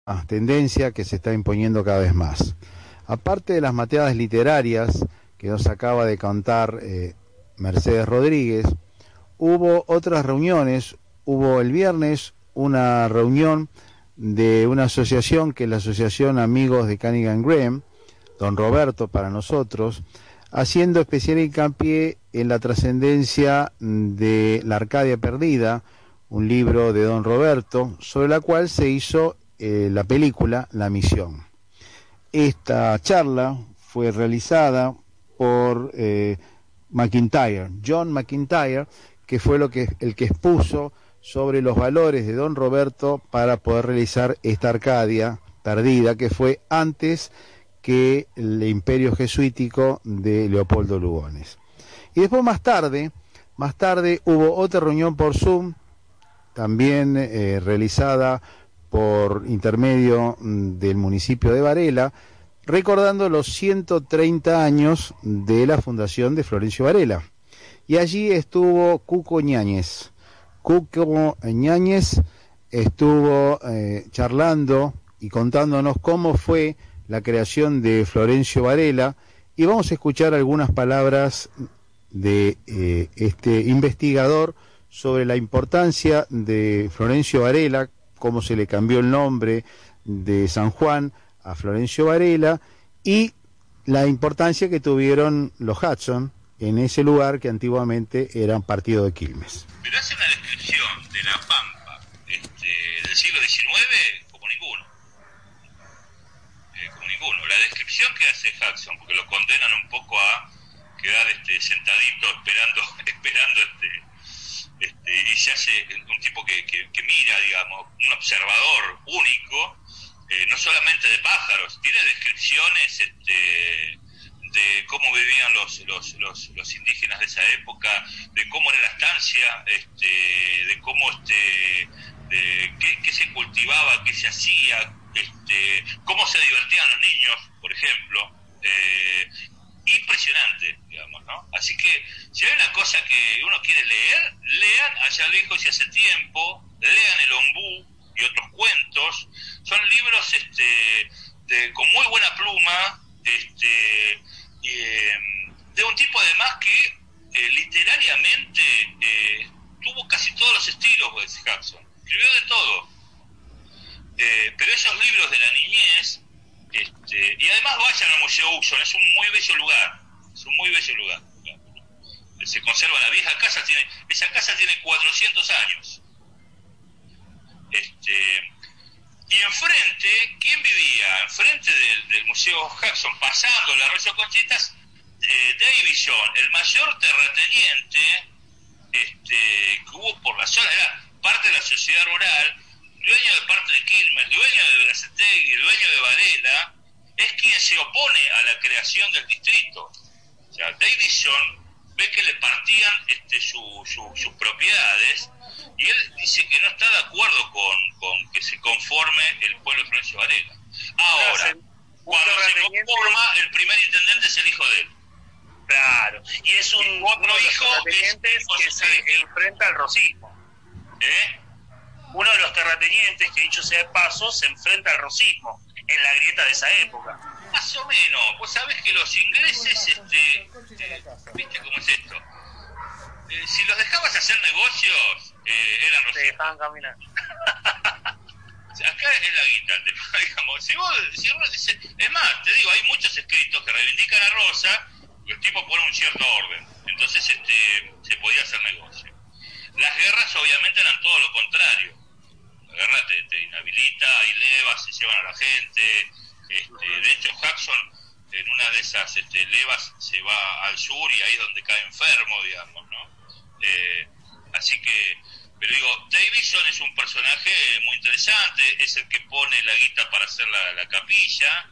tendencia que se está imponiendo cada vez más. Aparte de las mateadas literarias que nos acaba de contar Mercedes Rodríguez, hubo otras reuniones. Hubo el viernes una reunión de una asociación que es la Asociación Amigos de Cunningham Graham, don Roberto para nosotros, haciendo especial hincapié en la trascendencia de La Arcadia Perdida, un libro de don Roberto, sobre la cual se hizo la película La Misión. Esta charla fue realizada por John McIntyre, que fue el que expuso sobre los valores de don Roberto para poder realizar esta Arcadia Perdida, que fue antes que el imperio jesuítico de Leopoldo Lugones. Y después más tarde hubo otra reunión por Zoom, también realizada por intermedio del municipio de Varela, recordando los 130 años de la fundación de Florencio Varela. Y allí estuvo Cuco Ñáñez. Cuco Ñáñez estuvo charlando y contándonos cómo fue la creación de Florencio Varela, y vamos a escuchar algunas palabras de este investigador sobre la importancia de Florencio Varela, cómo se le cambió el nombre de San Juan a Florencio Varela, y la importancia que tuvieron los Hudson en ese lugar que antiguamente era un partido de Quilmes. Pero hace una descripción de la Pampa del siglo XIX como ninguno. La descripción que hace Hudson, porque lo condenan un poco a quedar sentadito esperando y se hace un tipo que mira, digamos, un observador único, no solamente de pájaros, tiene descripciones de cómo vivían los indígenas de esa época, de cómo era la estancia, de cómo qué se cultivaba, qué se hacía, cómo se divertían los niños, por ejemplo. Impresionante, digamos, ¿no? Así que si hay una cosa que uno quiere leer, lean Allá lejos y hace tiempo, lean El Ombú y otros cuentos. Son libros con muy buena pluma, de un tipo además que literariamente tuvo casi todos los estilos de Hudson, escribió de todo, pero esos libros de la niñez, y además vayan al Museo Hudson, es un muy bello lugar, se conserva la vieja casa, esa casa tiene 400 años, y enfrente, ¿quién vivía? Enfrente del Museo Hudson, pasando el arroyo Conchitas, Davison, el mayor terrateniente que hubo por la zona, era parte de la sociedad rural, dueño de parte de Quilmes, dueño de Berazategui, dueño de Varela, es quien se opone a la creación del distrito. O sea, Davison ve que le partían sus propiedades, y él dice que no está de acuerdo con que se conforme el pueblo de Florencio Varela. Ahora, cuando se conforma, el primer intendente es el hijo de él. Claro, y es otro hijo que se enfrenta al rosismo. Uno de los terratenientes, que dicho sea de paso, se enfrenta al rosismo en la grieta de esa época. Más o menos, vos sabés que los ingleses, ¿viste cómo es esto? Si los dejabas hacer negocios, eran rosistas. Se dejaban caminar. Acá es la guita, digamos. Si vos dices, es más, te digo, hay muchos escritos que reivindican a Rosa, y el tipo pone un cierto orden. Entonces se podía hacer negocio. Las guerras obviamente eran todo lo contrario. La guerra te inhabilita, hay levas, se llevan a la gente. De hecho, Hudson en una de esas levas se va al sur y ahí es donde cae enfermo, digamos, ¿no? Así que, pero digo, Davison es un personaje muy interesante, es el que pone la guita para hacer la capilla.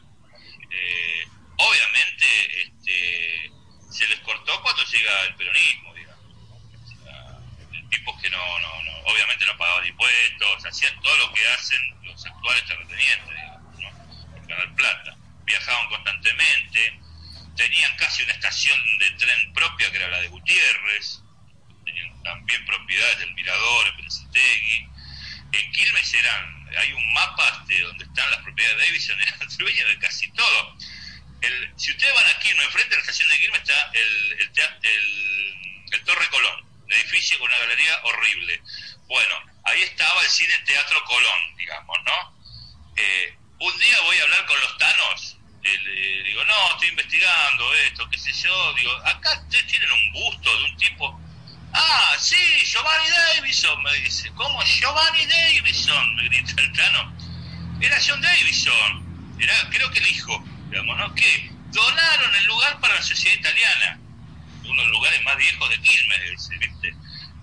Obviamente se les cortó cuando llega el peronismo, digamos. O sea, tipos que no obviamente no pagaban impuestos, hacían todo lo que hacen los actuales terratenientes, digamos, ¿no? Por ganar plata. Viajaban constantemente, tenían casi una estación de tren propia que era la de Gutiérrez, tenían también propiedades del Mirador, en Berazategui. En Quilmes eran hay un mapa donde están las propiedades de Davidson, era dueño de casi todo. Si ustedes van aquí, no enfrente de la estación de Quilmes está el Torre Colón, un edificio con una galería horrible. Bueno, ahí estaba el cine Teatro Colón, digamos, ¿no? Un día voy a hablar con los Thanos, digo, no, estoy investigando esto, qué sé yo, digo, acá ustedes tienen un busto de un tipo, ah, sí, Giovanni Davison, me dice, ¿cómo Giovanni Davison? Me grita el Thanos, era John Davison, era creo que el hijo, digamos, ¿no? Que donaron el lugar para la Sociedad Italiana, uno de los lugares más viejos de Quilmes, ¿viste?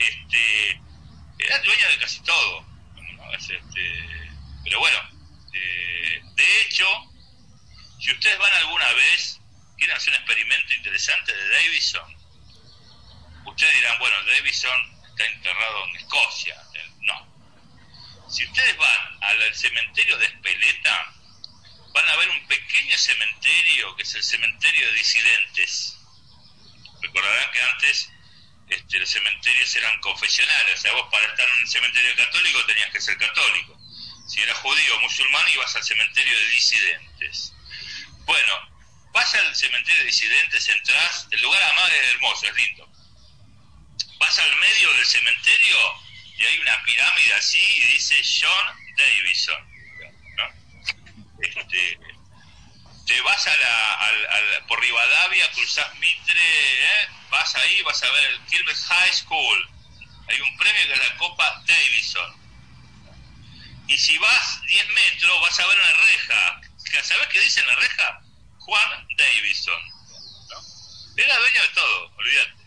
Era dueño de casi todo, ¿no? Pero bueno, de hecho, si ustedes van alguna vez, quieren hacer un experimento interesante de Davison, ustedes dirán, bueno, Davison está enterrado en Escocia. No. Si ustedes van al cementerio de Espeleta, van a ver un pequeño cementerio que es el cementerio de disidentes. Recordarán que antes los cementerios eran confesionales, o sea, vos para estar en un cementerio católico tenías que ser católico. Si eras judío o musulmán ibas al cementerio de disidentes. Bueno, vas al cementerio de disidentes, entrás, el lugar además es hermoso, es lindo. Vas al medio del cementerio y hay una pirámide así y dice John Davison, ¿no? Te vas por Rivadavia, cruzás Mitre, vas ahí, vas a ver el Quilmes High School. Hay un premio que es la Copa Davison. Y si vas 10 metros, vas a ver una reja. ¿Sabés qué dice en la reja? Juan Davison, ¿no? Era dueño de todo, olvídate.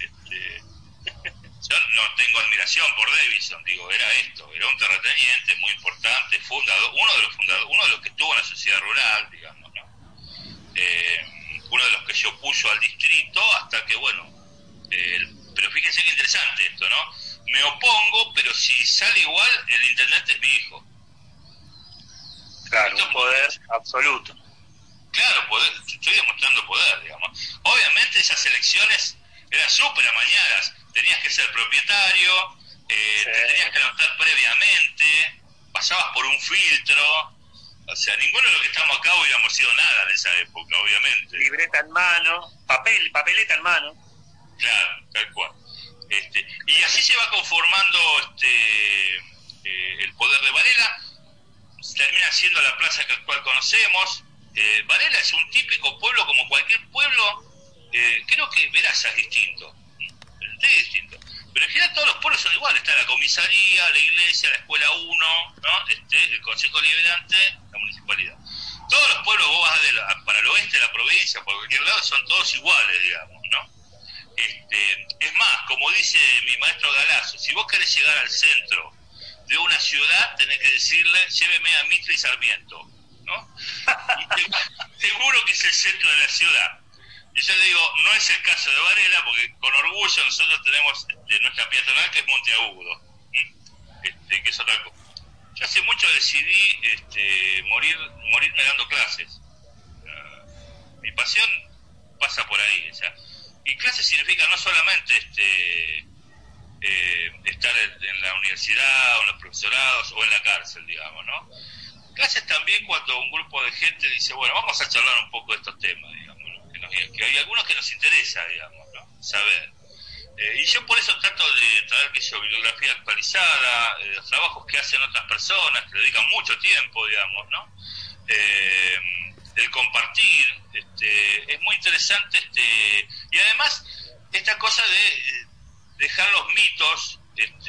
Yo no tengo admiración por Davison, digo, era un terrateniente muy importante, fundador, uno de los que estuvo en la sociedad rural, digamos, ¿no? Uno de los que se opuso al distrito hasta que, bueno, pero fíjense qué interesante esto, ¿no? Me opongo, pero si sale igual, el intendente es mi hijo. Claro, un poder absoluto. Claro, poder, estoy demostrando poder, digamos. Obviamente esas elecciones eran súper amañadas. Tenías que ser propietario, te tenías que anotar previamente, pasabas por un filtro. O sea, ninguno de los que estamos acá hubiéramos sido nada en esa época, obviamente. Libreta en mano, papeleta en mano. Claro, tal cual. Y así se va conformando el poder de Varela. Termina siendo la plaza que actual conocemos. Varela es un típico pueblo como cualquier pueblo. Creo que Veraza es distinto. Es distinto. Pero en general todos los pueblos son iguales. Está la comisaría, la iglesia, la escuela 1, ¿no? El consejo liberante, la municipalidad. Todos los pueblos, vos vas para el oeste de la provincia, por cualquier lado, son todos iguales, digamos, ¿no? Es más, como dice mi maestro Galazo, si vos querés llegar al centro de una ciudad, tenés que decirle, lléveme a Mitre y Sarmiento, ¿no? Y seguro que es el centro de la ciudad. Y yo le digo, no es el caso de Varela, porque con orgullo nosotros tenemos nuestra peatonal, que es Monteagudo, que es otra cosa. Yo hace mucho decidí morirme dando clases. Mi pasión pasa por ahí. O sea, y clases significa no solamente estar en la universidad, o en los profesorados, o en la cárcel, digamos, ¿no? Clases también cuando un grupo de gente dice, bueno, vamos a charlar un poco de estos temas, digamos, ¿no? Que hay algunos que nos interesa, digamos, ¿no? Saber. Y yo por eso trato de traer bibliografía actualizada, los trabajos que hacen otras personas, que dedican mucho tiempo, digamos, ¿no? El compartir, es muy interesante, y además esta cosa de dejar los mitos,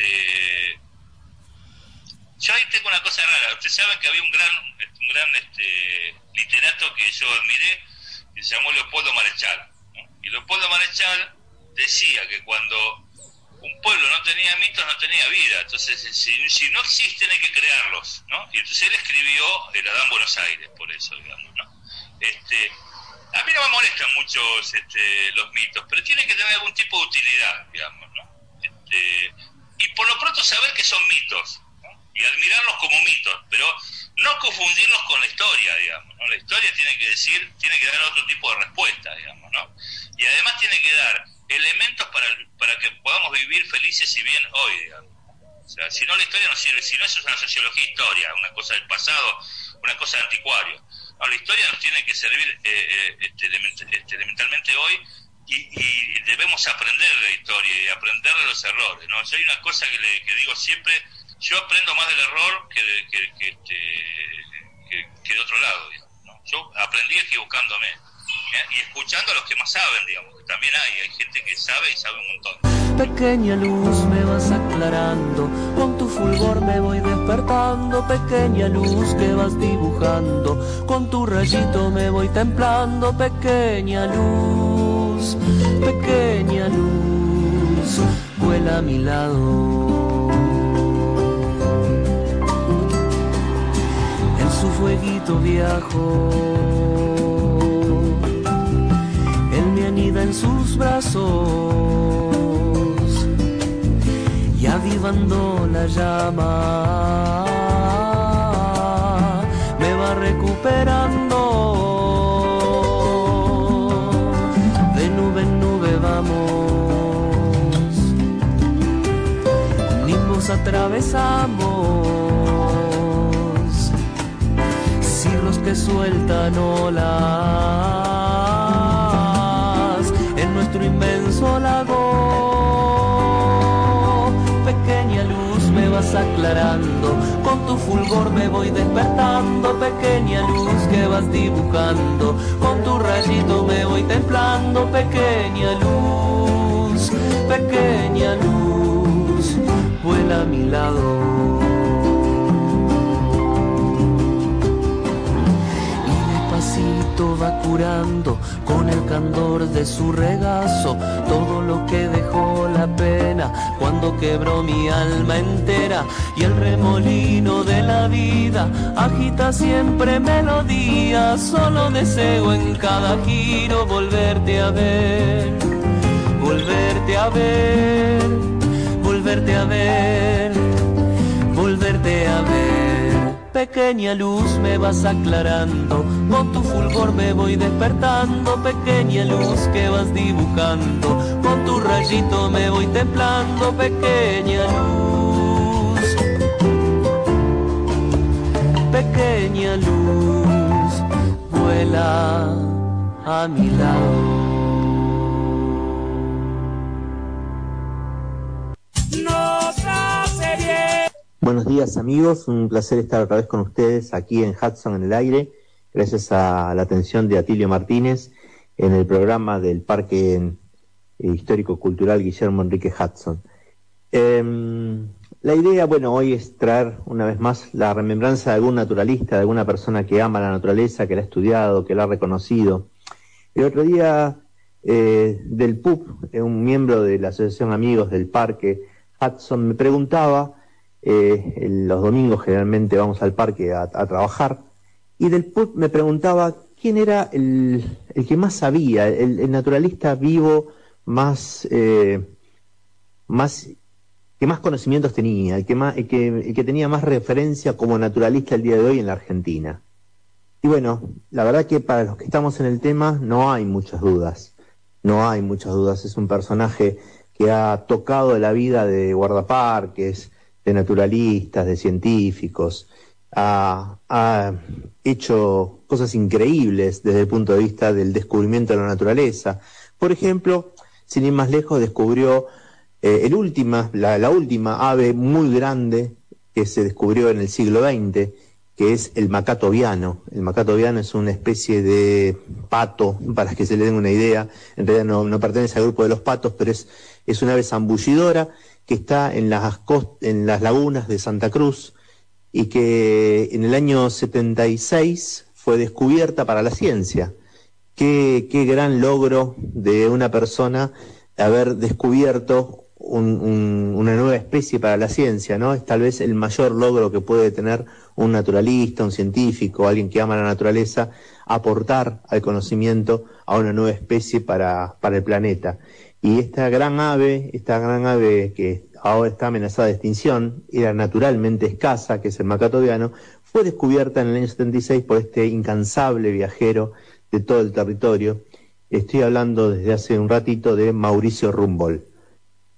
yo ahí tengo una cosa rara. Ustedes saben que había un gran literato que yo admiré, que se llamó Leopoldo Marechal, ¿no? Y Leopoldo Marechal decía que cuando un pueblo no tenía mitos, no tenía vida. Entonces, si no existen, hay que crearlos, ¿no? Y entonces él escribió El Adán Buenos Aires, por eso, digamos, ¿no? A mí no me molestan mucho los mitos, pero tienen que tener algún tipo de utilidad, digamos, ¿no? Y por lo pronto saber que son mitos, ¿no? Y admirarlos como mitos, pero no confundirlos con la historia, digamos, ¿no? La historia tiene que dar otro tipo de respuesta, digamos, ¿no? Y además tiene que dar elementos para que podamos vivir felices y bien hoy, digamos. O sea, si no la historia no sirve, si no eso es una sociología historia, una cosa del pasado, una cosa de anticuario. No, la historia nos tiene que servir elementalmente hoy y debemos aprender de la historia y aprender de los errores, ¿no? Yo hay una cosa que digo siempre, yo aprendo más del error que de otro lado, digamos, ¿no? Yo aprendí equivocándome, y escuchando a los que más saben, digamos, que también hay gente que sabe y sabe un montón. Pequeña luz me vas aclarando, con tu fulgor me voy despertando, pequeña luz que vas dibujando, con tu rayito me voy templando, pequeña luz, vuela a mi lado. En su fueguito viajo, él me anida en sus brazos y avivando la llama me va recuperando. De nube en nube vamos, nimbos atravesamos, cirros que sueltan olas en nuestro inmenso lago. Pequeña luz me vas aclarando, con tu fulgor me voy despertando, pequeña luz que vas dibujando, con tu rayito me voy templando, pequeña luz, vuela a mi lado. Va curando con el candor de su regazo todo lo que dejó la pena cuando quebró mi alma entera, y el remolino de la vida agita siempre melodía. Solo deseo en cada giro volverte a ver, volverte a ver, volverte a ver, volverte a ver. Pequeña luz me vas aclarando, con tu fulgor me voy despertando, pequeña luz que vas dibujando, con tu rayito me voy templando, pequeña luz, vuela a mi lado. Buenos días amigos, un placer estar otra vez con ustedes aquí en Hudson en el aire, gracias a la atención de Atilio Martínez en el programa del Parque Histórico Cultural Guillermo Enrique Hudson. La idea, hoy es traer una vez más la remembranza de algún naturalista, de alguna persona que ama la naturaleza, que la ha estudiado, que la ha reconocido. El otro día del PUP, un miembro de la Asociación Amigos del Parque Hudson, me preguntaba, los domingos generalmente vamos al parque a trabajar, y del PUP me preguntaba quién era el que más sabía, el naturalista vivo que más conocimientos tenía, el que tenía más referencia como naturalista el día de hoy en la Argentina. Y la verdad que para los que estamos en el tema no hay muchas dudas, es un personaje que ha tocado la vida de guardaparques, de naturalistas, de científicos, ha hecho cosas increíbles desde el punto de vista del descubrimiento de la naturaleza. Por ejemplo, sin ir más lejos, descubrió la última ave muy grande que se descubrió en el siglo XX, que es el macato viano. El macato viano es una especie de pato, para que se le den una idea. En realidad no pertenece al grupo de los patos, pero es una ave zambullidora que está en las lagunas de Santa Cruz y que en el año 76 fue descubierta para la ciencia. Qué gran logro de una persona haber descubierto una nueva especie para la ciencia, ¿no? Es tal vez el mayor logro que puede tener un naturalista, un científico, alguien que ama la naturaleza, aportar al conocimiento a una nueva especie para el planeta. Y esta gran ave que ahora está amenazada de extinción, era naturalmente escasa, que es el macato viano, fue descubierta en el año 76 por este incansable viajero de todo el territorio. Estoy hablando desde hace un ratito de Mauricio Rumbold.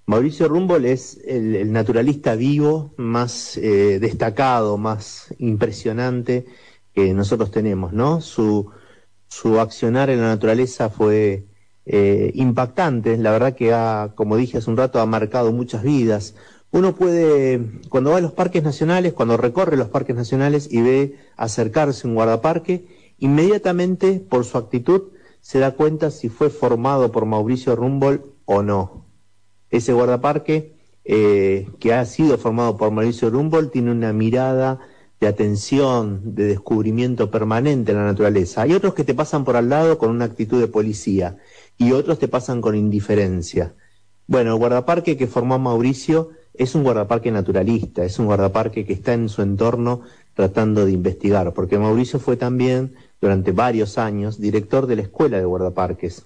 Mauricio Rumbold es el naturalista vivo más destacado, más impresionante que nosotros tenemos, ¿no? Su accionar en la naturaleza fue impactante. La verdad que como dije hace un rato, ha marcado muchas vidas. Uno puede, cuando va a los parques nacionales, cuando recorre los parques nacionales y ve acercarse un guardaparque, inmediatamente por su actitud se da cuenta si fue formado por Mauricio Rumbold o no. Ese guardaparque que ha sido formado por Mauricio Rumbold tiene una mirada de atención, de descubrimiento permanente en la naturaleza. Hay otros que te pasan por al lado con una actitud de policía y otros te pasan con indiferencia. Bueno, el guardaparque que formó Mauricio es un guardaparque naturalista, es un guardaparque que está en su entorno tratando de investigar, porque Mauricio fue también, durante varios años, director de la Escuela de Guardaparques.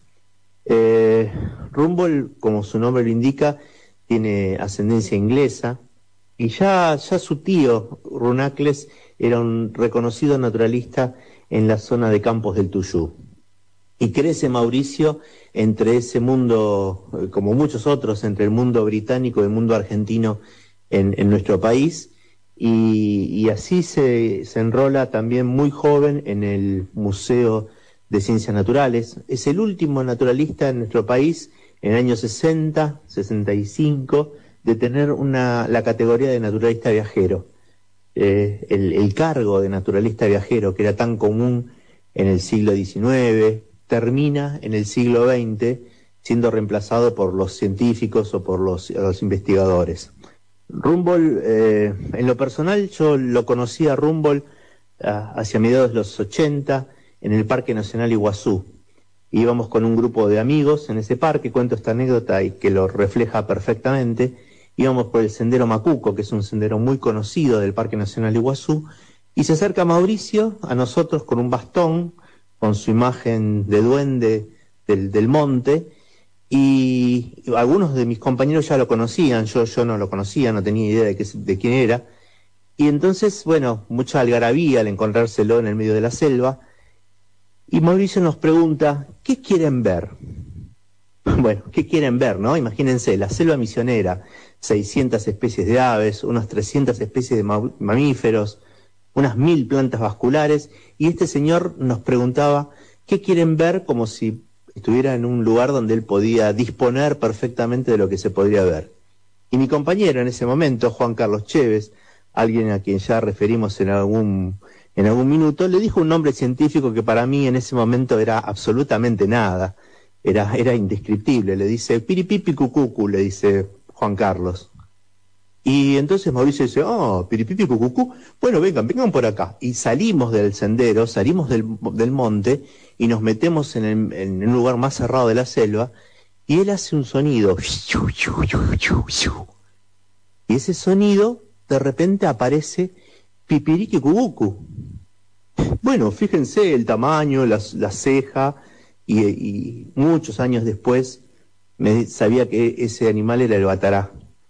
Rumbold, como su nombre lo indica, tiene ascendencia inglesa, y ya su tío, Runacles, era un reconocido naturalista en la zona de Campos del Tuyú. Y crece Mauricio entre ese mundo, como muchos otros, entre el mundo británico y el mundo argentino en nuestro país, y así se enrola también muy joven en el Museo de Ciencias Naturales. Es el último naturalista en nuestro país, en el año 60, 65, de tener la categoría de naturalista viajero. El cargo de naturalista viajero, que era tan común en el siglo XIX, termina en el siglo XX siendo reemplazado por los científicos o por los investigadores. Rumbold, en lo personal, yo lo conocí a Rumbold hacia mediados de los 80 en el Parque Nacional Iguazú. Íbamos con un grupo de amigos en ese parque, cuento esta anécdota y que lo refleja perfectamente. Íbamos por el Sendero Macuco, que es un sendero muy conocido del Parque Nacional Iguazú, y se acerca Mauricio a nosotros con un bastón, con su imagen de duende del monte, y algunos de mis compañeros ya lo conocían, yo no lo conocía, no tenía idea de quién era, y entonces, bueno, mucha algarabía al encontrárselo en el medio de la selva, y Mauricio nos pregunta, ¿qué quieren ver? Bueno, ¿qué quieren ver, no? Imagínense, la selva misionera, 600 especies de aves, unas 300 especies de mamíferos, unas 1000 plantas vasculares, y este señor nos preguntaba, ¿qué quieren ver? Como si estuviera en un lugar donde él podía disponer perfectamente de lo que se podría ver. Y mi compañero en ese momento, Juan Carlos Chévez, alguien a quien ya referimos en algún minuto, le dijo un nombre científico que para mí en ese momento era absolutamente nada, era indescriptible. Le dice piripipi cucucu, le dice Juan Carlos. Y entonces Mauricio dice, piripipi cucucu, bueno, vengan por acá. Y salimos del sendero, salimos del monte y nos metemos en un lugar más cerrado de la selva, y él hace un sonido. Y ese sonido de repente aparece pipiriqui cucucu. Bueno, fíjense el tamaño, la ceja, y muchos años después sabía que ese animal era el batará.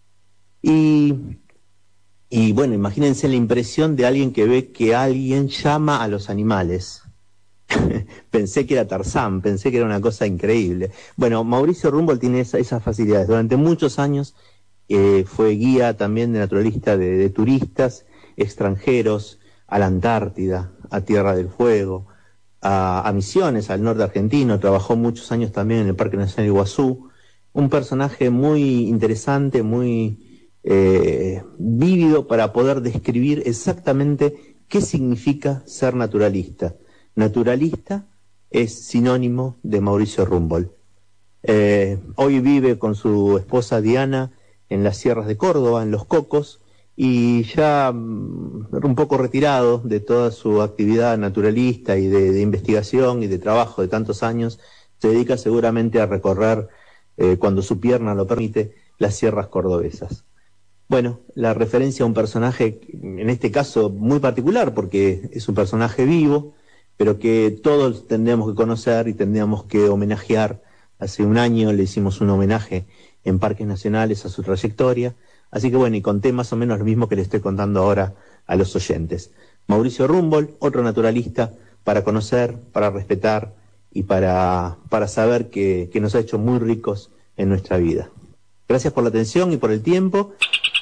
Y bueno, imagínense la impresión de alguien que ve que alguien llama a los animales. Pensé que era Tarzán, pensé que era una cosa increíble. Bueno, Mauricio Rumbold tiene esas facilidades. Durante muchos años fue guía también de naturalista de turistas extranjeros a la Antártida, a Tierra del Fuego, a Misiones, al norte argentino. Trabajó muchos años también en el Parque Nacional Iguazú. Un personaje muy interesante, muy vívido para poder describir exactamente qué significa ser naturalista. Naturalista es sinónimo de Mauricio Rumbold. Hoy vive con su esposa Diana en las sierras de Córdoba, en Los Cocos, y ya un poco retirado de toda su actividad naturalista y de investigación y de trabajo de tantos años, se dedica seguramente a recorrer, cuando su pierna lo permite, las sierras cordobesas. Bueno, la referencia a un personaje, en este caso muy particular, porque es un personaje vivo, pero que todos tendríamos que conocer y tendríamos que homenajear. Hace un año le hicimos un homenaje en Parques Nacionales a su trayectoria, así que bueno, y conté más o menos lo mismo que le estoy contando ahora a los oyentes. Mauricio Rumbold, otro naturalista para conocer, para respetar y para saber que nos ha hecho muy ricos en nuestra vida. Gracias por la atención y por el tiempo.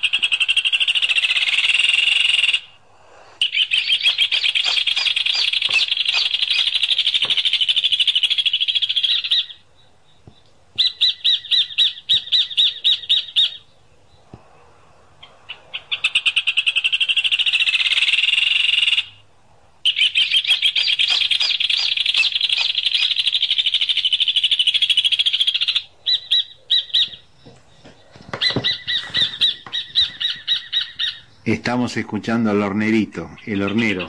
Estamos escuchando al hornerito, el hornero.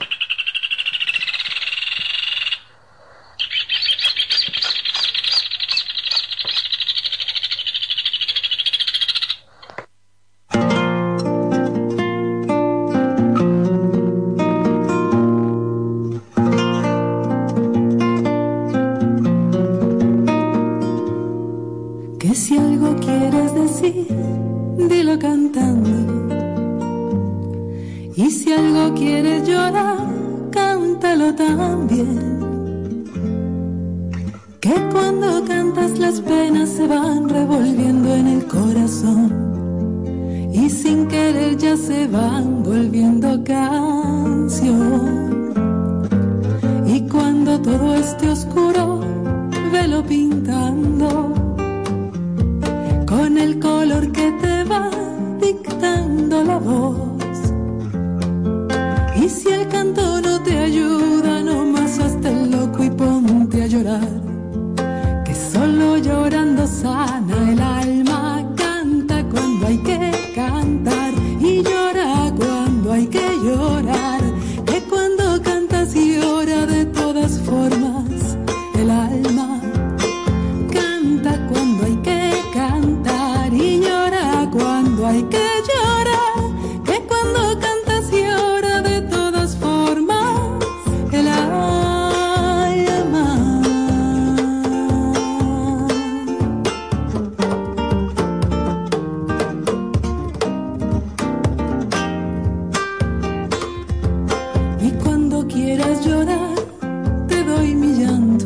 Que si algo quieres decir, dilo cantando. Y si algo quieres llorar, cántalo también. Que cuando cantas las penas se van revolviendo en el corazón y sin querer ya se van volviendo canción. Y cuando todo esté oscuro, velo pintando con el color que te va dictando la voz. Y si el canto no te ayuda, nomás hazte el loco y ponte a llorar, que solo llorando sana el alma. Canta cuando hay que cantar y llora cuando hay que llorar, que cuando cantas llora de todas formas el alma. Canta cuando hay que cantar y llora cuando hay que llorar, que cuando cantas llora de todas formas el alma. Y cuando quieras llorar, te doy mi llanto.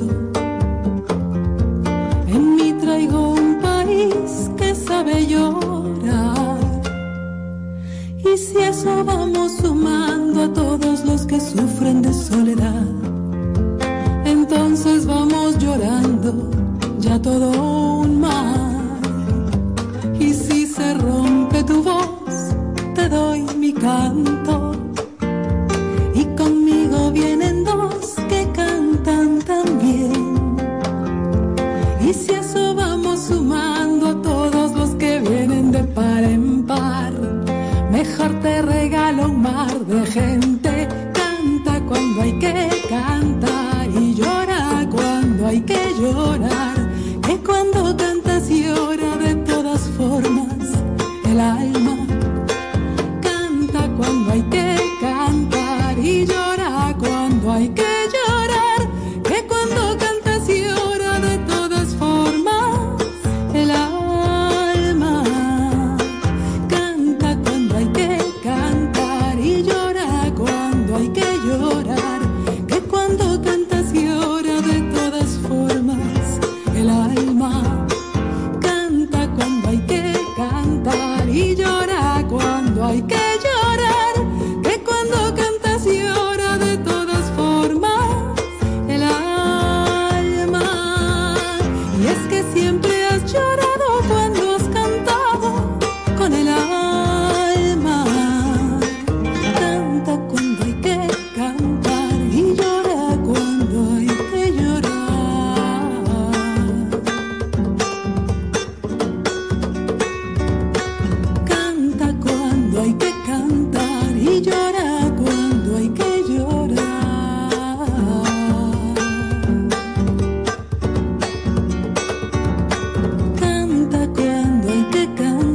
En mí traigo un país que sabe llorar. Y si eso vamos sumando a todos los que sufren de soledad, entonces vamos llorando ya todo un mar. Y si se rompe tu voz, te doy mi canto. Y conmigo vienen dos que cantan también. Y si eso vamos sumando a todos los que vienen de par en par, mejor te regalo un mar de gente. Canta cuando hay que cantar y llora cuando hay que llorar, que cuando cantas llora de todas formas el alma. Canta cuando hay que cantar y llora cuando hay que llorar, que cuando cantas llora de todas formas el alma. Canta cuando hay que cantar y llora cuando hay que llorar, que cuando cantas llora de todas formas el alma. Canta cuando hay que cantar y llora cuando hay que llorar, que cuando cantas llora de todas formas el alma. Y es que siempre has llorado cuando has cantado con el alma. Canta cuando hay que cantar y llora cuando hay que llorar. Canta cuando hay que cantar y llora cuando hay que llorar. Canta cuando hay que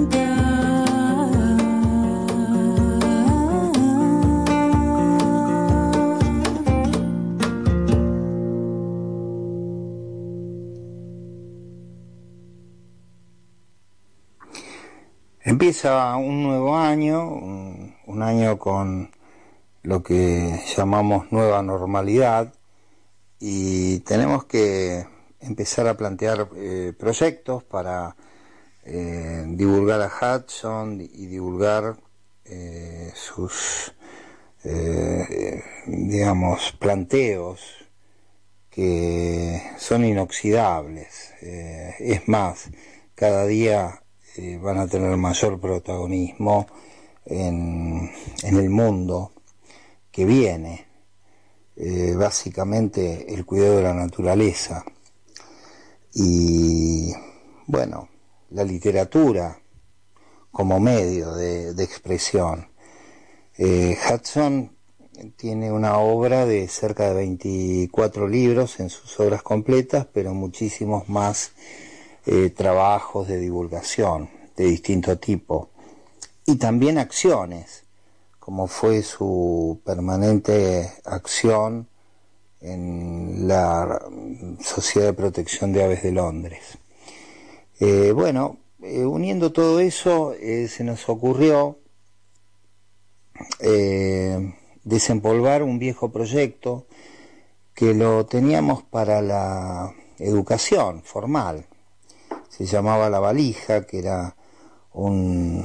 Empieza un nuevo año, un año con lo que llamamos nueva normalidad, y tenemos que empezar a plantear proyectos para divulgar a Hudson y divulgar sus, digamos, planteos que son inoxidables. Es más, cada día van a tener mayor protagonismo en el mundo que viene. Básicamente el cuidado de la naturaleza y, bueno, la literatura como medio de expresión. Hudson tiene una obra de cerca de 24 libros en sus obras completas, pero muchísimos más trabajos de divulgación de distinto tipo y también acciones, como fue su permanente acción en la Sociedad de Protección de Aves de Londres. Uniendo todo eso, se nos ocurrió desempolvar un viejo proyecto que lo teníamos para la educación formal. Se llamaba La Valija, que era una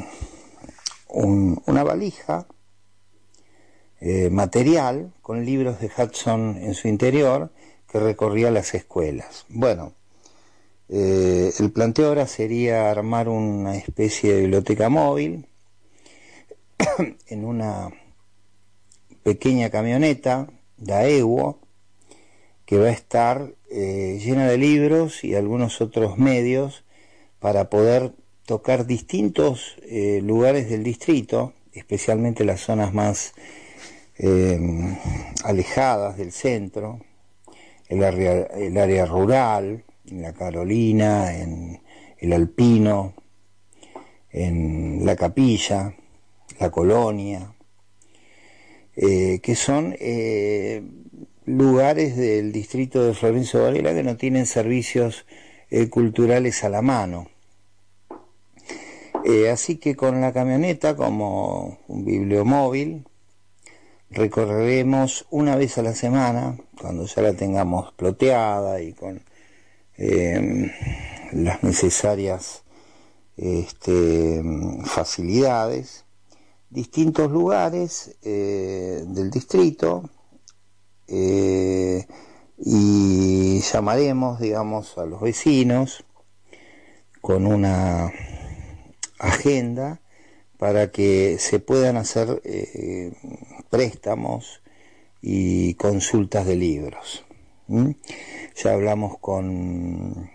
valija material con libros de Hudson en su interior que recorría las escuelas. Bueno, el planteo ahora sería armar una especie de biblioteca móvil en una pequeña camioneta Daewoo que va a estar llena de libros y algunos otros medios para poder tocar distintos lugares del distrito, especialmente las zonas más alejadas del centro, el área rural, en la Carolina, en el Alpino, en la Capilla, la Colonia, que son lugares del distrito de Florencio Varela que no tienen servicios culturales a la mano. Así que con la camioneta, como un bibliomóvil, recorreremos una vez a la semana, cuando ya la tengamos ploteada y con las necesarias facilidades, distintos lugares del distrito, y llamaremos, digamos, a los vecinos con una agenda para que se puedan hacer préstamos y consultas de libros. Ya hablamos con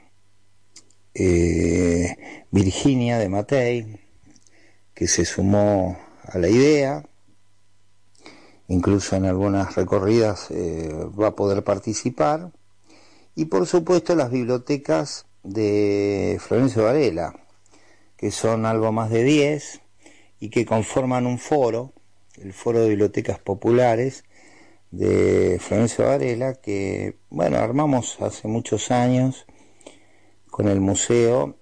Virginia de Matei, que se sumó a la idea, incluso en algunas recorridas va a poder participar, y por supuesto las bibliotecas de Florencio Varela, que son algo más de 10 y que conforman un foro, el Foro de Bibliotecas Populares de Florencio Varela, que, bueno, armamos hace muchos años con el museo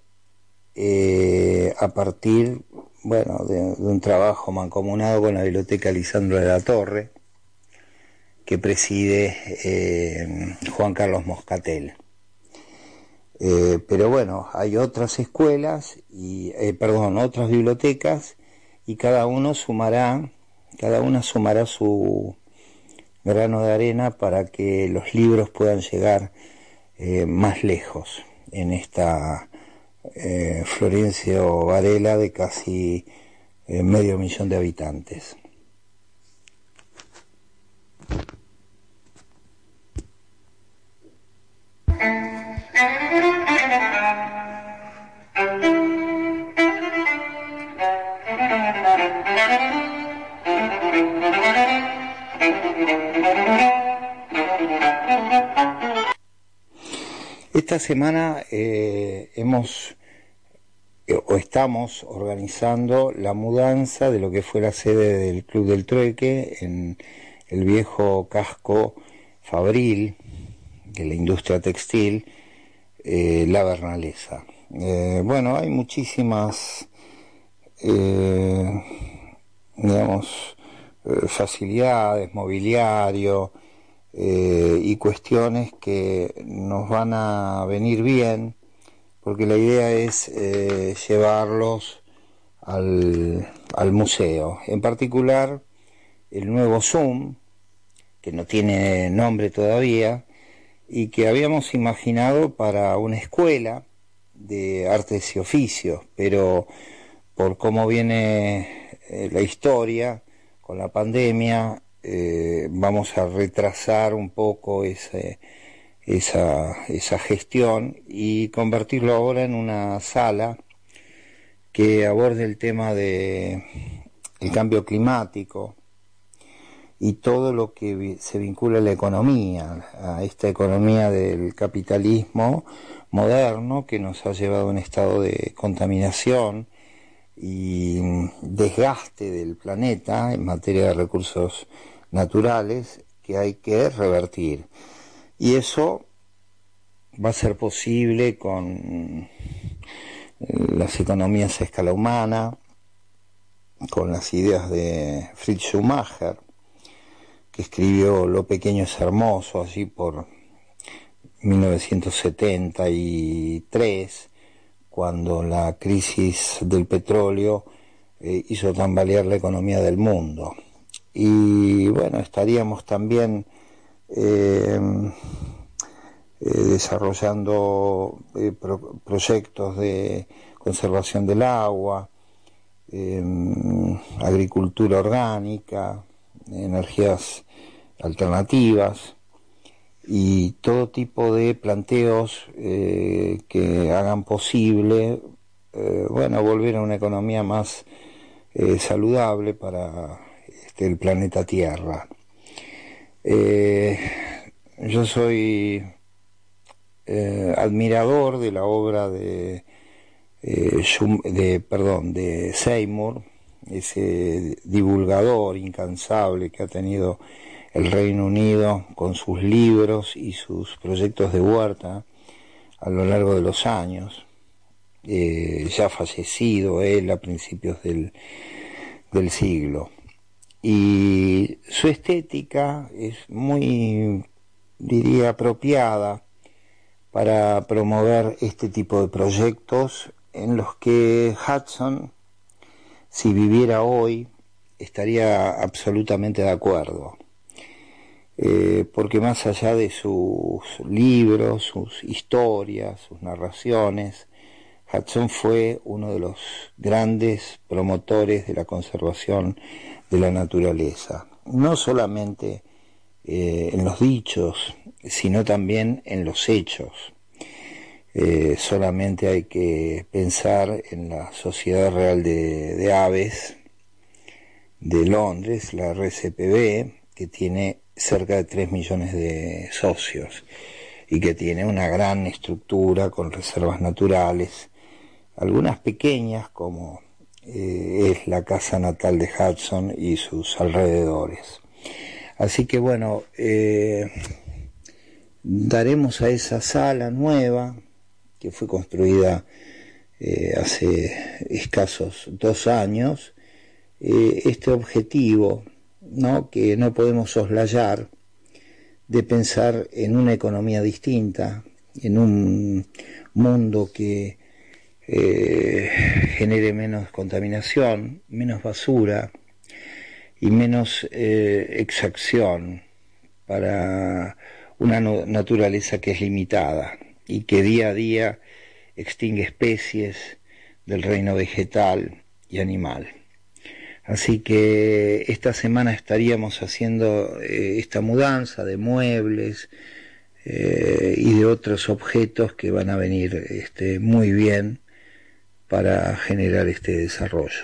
a partir, bueno, de un trabajo mancomunado con la Biblioteca Lisandro de la Torre, que preside Juan Carlos Moscatel. Pero bueno, hay otras escuelas y otras bibliotecas, y cada una sumará su grano de arena para que los libros puedan llegar más lejos en esta Florencio Varela de casi 500.000 de habitantes. Esta semana estamos organizando la mudanza de lo que fue la sede del Club del Trueque en el viejo casco fabril de la industria textil, La Bernalesa. Hay muchísimas facilidades, mobiliario y cuestiones que nos van a venir bien porque la idea es llevarlos al museo. En particular, el nuevo Zoom, que no tiene nombre todavía, y que habíamos imaginado para una escuela de artes y oficios, pero por cómo viene la historia con la pandemia, vamos a retrasar un poco esa gestión y convertirlo ahora en una sala que aborde el tema de el cambio climático y todo lo que se vincula a la economía, a esta economía del capitalismo moderno que nos ha llevado a un estado de contaminación y desgaste del planeta en materia de recursos naturales que hay que revertir. Y eso va a ser posible con las economías a escala humana, con las ideas de Fritz Schumacher, que escribió Lo pequeño es hermoso, allí por 1973, cuando la crisis del petróleo hizo tambalear la economía del mundo. Y bueno, estaríamos también desarrollando proyectos de conservación del agua, agricultura orgánica, energías alternativas y todo tipo de planteos que hagan posible volver a una economía más saludable para el planeta Tierra. Yo soy admirador de la obra de Seymour, ese divulgador incansable que ha tenido el Reino Unido con sus libros y sus proyectos de huerta a lo largo de los años, ya fallecido él a principios del siglo. Y su estética es muy, diría, apropiada para promover este tipo de proyectos en los que Hudson, si viviera hoy, estaría absolutamente de acuerdo. Porque más allá de sus libros, sus historias, sus narraciones, Hudson fue uno de los grandes promotores de la conservación de la naturaleza, no solamente en los dichos, sino también en los hechos. Solamente hay que pensar en la Sociedad Real de Aves de Londres, la RSPB, que tiene cerca de 3 millones de socios y que tiene una gran estructura con reservas naturales, algunas pequeñas como es la casa natal de Hudson y sus alrededores. Así que bueno, daremos a esa sala nueva que fue construida hace escasos 2 años, este objetivo, ¿no?, que no podemos soslayar, de pensar en una economía distinta, en un mundo que genere menos contaminación, menos basura y menos exacción para una naturaleza que es limitada y que día a día extingue especies del reino vegetal y animal. Así que esta semana estaríamos haciendo esta mudanza de muebles y de otros objetos que van a venir muy bien para generar este desarrollo.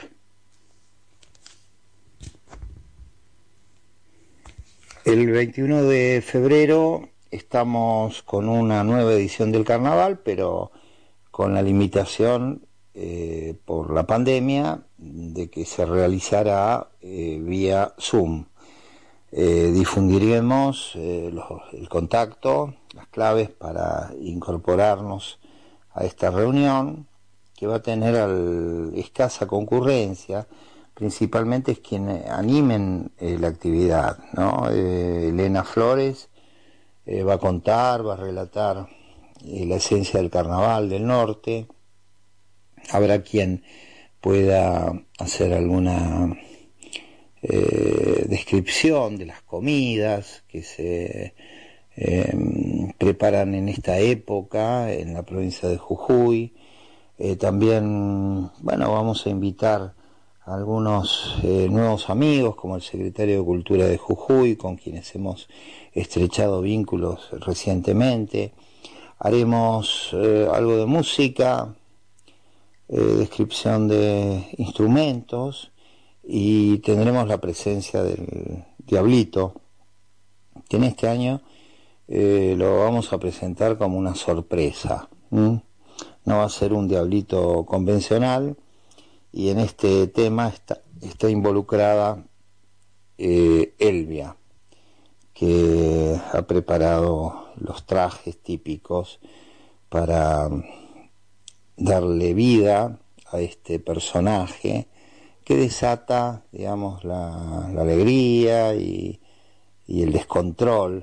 El 21 de febrero estamos con una nueva edición del carnaval, pero con la limitación por la pandemia de que se realizará vía Zoom. Difundiremos el contacto, las claves para incorporarnos a esta reunión, que va a tener escasa concurrencia. Principalmente es quienes animen la actividad, ¿no? Elena Flores va a contar, va a relatar la esencia del carnaval del norte. Habrá quien pueda hacer alguna descripción de las comidas que se preparan en esta época en la provincia de Jujuy. También, bueno, vamos a invitar a algunos nuevos amigos, como el secretario de Cultura de Jujuy, con quienes hemos estrechado vínculos recientemente. Haremos algo de música, descripción de instrumentos, y tendremos la presencia del Diablito, que en este año lo vamos a presentar como una sorpresa. No va a ser un Diablito convencional, y en este tema está involucrada Elvia, que ha preparado los trajes típicos para darle vida a este personaje que desata, digamos, la alegría y el descontrol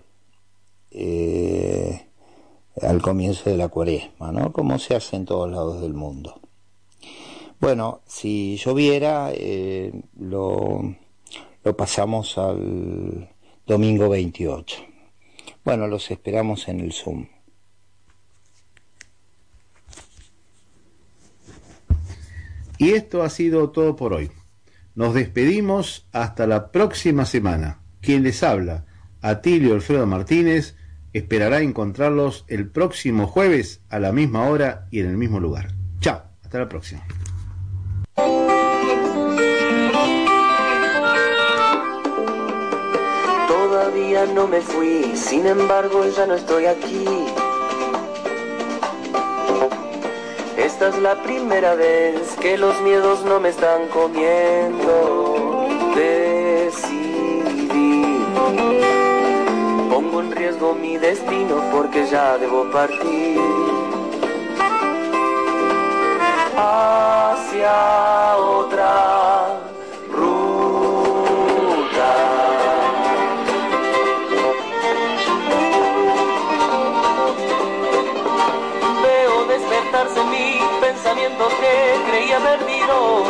al comienzo de la Cuaresma, ¿no? Como se hace en todos lados del mundo. Bueno, si lloviera, lo pasamos al domingo 28. Bueno, los esperamos en el Zoom. Y esto ha sido todo por hoy. Nos despedimos hasta la próxima semana. Quien les habla, Atilio Alfredo Martínez, esperará encontrarlos el próximo jueves a la misma hora y en el mismo lugar. Chao, hasta la próxima. Todavía no me fui, sin embargo ya no estoy aquí. Esta es la primera vez que los miedos no me están comiendo. Decidí, pongo en riesgo mi destino porque ya debo partir hacia otra ruta. Veo despertarse en mí pensamientos que creía perdidos,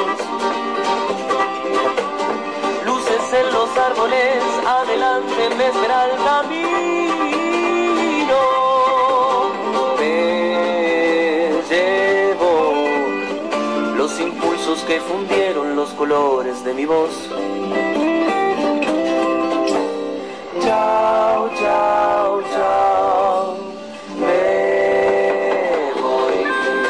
luces en los árboles, adelante me espera el camino. Me llevo los impulsos que fundieron los colores de mi voz. Chao, chao, chao, me voy.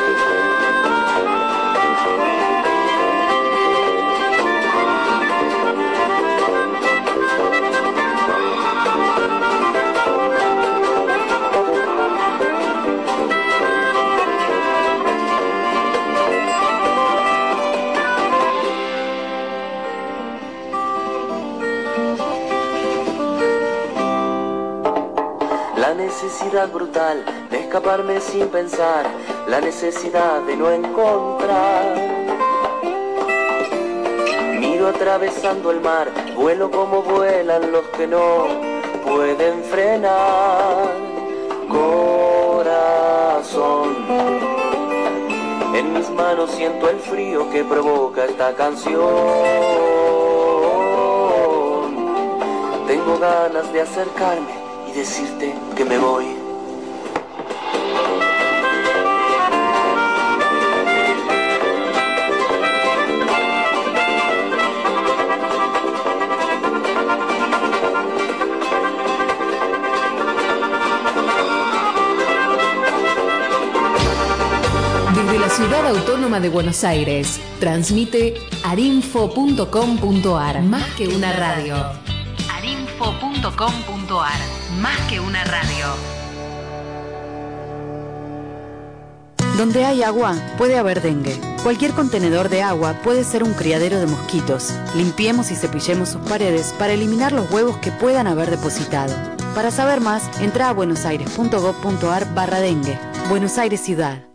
La necesidad brutal de escaparme sin pensar, la necesidad de no encontrar. Miro atravesando el mar, vuelo como vuelan los que no pueden frenar. Corazón, en mis manos siento el frío que provoca esta canción. Tengo ganas de acercarme y decirte que me voy. Desde la Ciudad Autónoma de Buenos Aires, transmite arinfo.com.ar, más que una radio. arinfo.com.ar, más que una radio. Donde hay agua, puede haber dengue. Cualquier contenedor de agua puede ser un criadero de mosquitos. Limpiemos y cepillemos sus paredes para eliminar los huevos que puedan haber depositado. Para saber más, entra a buenosaires.gov.ar/dengue. Buenos Aires Ciudad.